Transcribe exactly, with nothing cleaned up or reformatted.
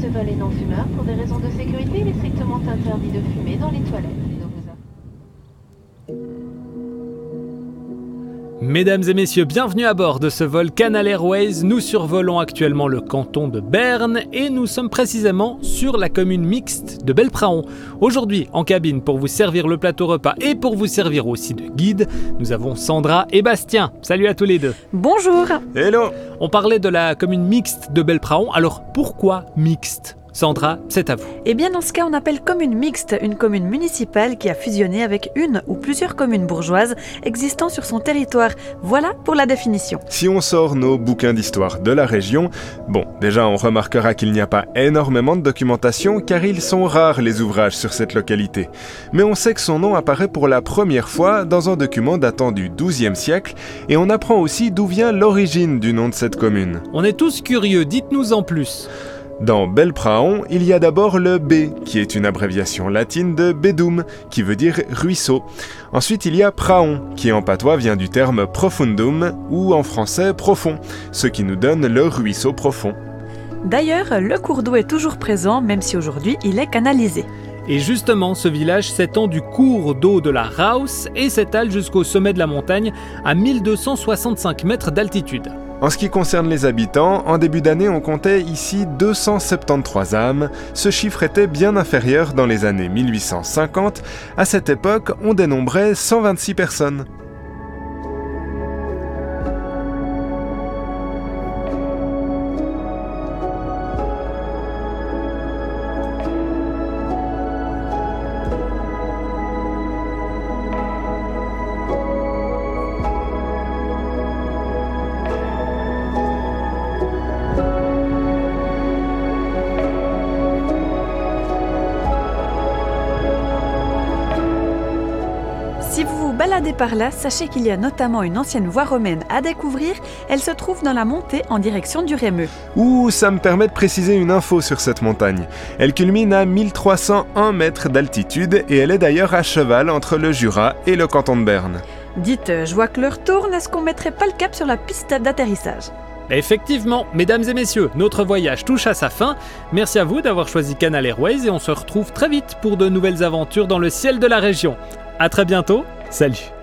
Ce vol est non fumeur. Pour des raisons de sécurité, il est strictement interdit de fumer dans les toilettes. Nous vous Mesdames et messieurs, bienvenue à bord de ce vol Canal Airways. Nous survolons actuellement le canton de Berne et nous sommes précisément sur la commune mixte de Belpraon. Aujourd'hui, en cabine, pour vous servir le plateau repas et pour vous servir aussi de guide, nous avons Sandra et Bastien. Salut à tous les deux. Bonjour. Hello. On parlait de la commune mixte de Belpraon, alors pourquoi mixte ? Sandra, c'est à vous. Eh bien, dans ce cas, on appelle commune mixte une commune municipale qui a fusionné avec une ou plusieurs communes bourgeoises existant sur son territoire. Voilà pour la définition. Si on sort nos bouquins d'histoire de la région, bon, déjà on remarquera qu'il n'y a pas énormément de documentation car ils sont rares les ouvrages sur cette localité. Mais on sait que son nom apparaît pour la première fois dans un document datant du douzième siècle et on apprend aussi d'où vient l'origine du nom de cette commune. On est tous curieux, dites-nous en plus. Dans Belpraon, il y a d'abord le B, qui est une abréviation latine de Bedum, qui veut dire ruisseau. Ensuite, il y a Praon, qui en patois vient du terme profundum, ou en français profond, ce qui nous donne le ruisseau profond. D'ailleurs, le cours d'eau est toujours présent, même si aujourd'hui il est canalisé. Et justement, ce village s'étend du cours d'eau de la Rauss et s'étale jusqu'au sommet de la montagne à mille deux cent soixante-cinq mètres d'altitude. En ce qui concerne les habitants, en début d'année on comptait ici deux cent soixante-treize âmes. Ce chiffre était bien inférieur dans les années mille huit cent cinquante. À cette époque, on dénombrait cent vingt-six personnes. Si vous vous baladez par là, sachez qu'il y a notamment une ancienne voie romaine à découvrir. Elle se trouve dans la montée en direction du Rémeux. Ouh, ça me permet de préciser une info sur cette montagne. Elle culmine à mille trois cent un mètres d'altitude et elle est d'ailleurs à cheval entre le Jura et le canton de Berne. Dites, je vois que l'heure tourne, est-ce qu'on mettrait pas le cap sur la piste d'atterrissage ? Effectivement, mesdames et messieurs, notre voyage touche à sa fin. Merci à vous d'avoir choisi Canal Airways et on se retrouve très vite pour de nouvelles aventures dans le ciel de la région. À très bientôt, salut.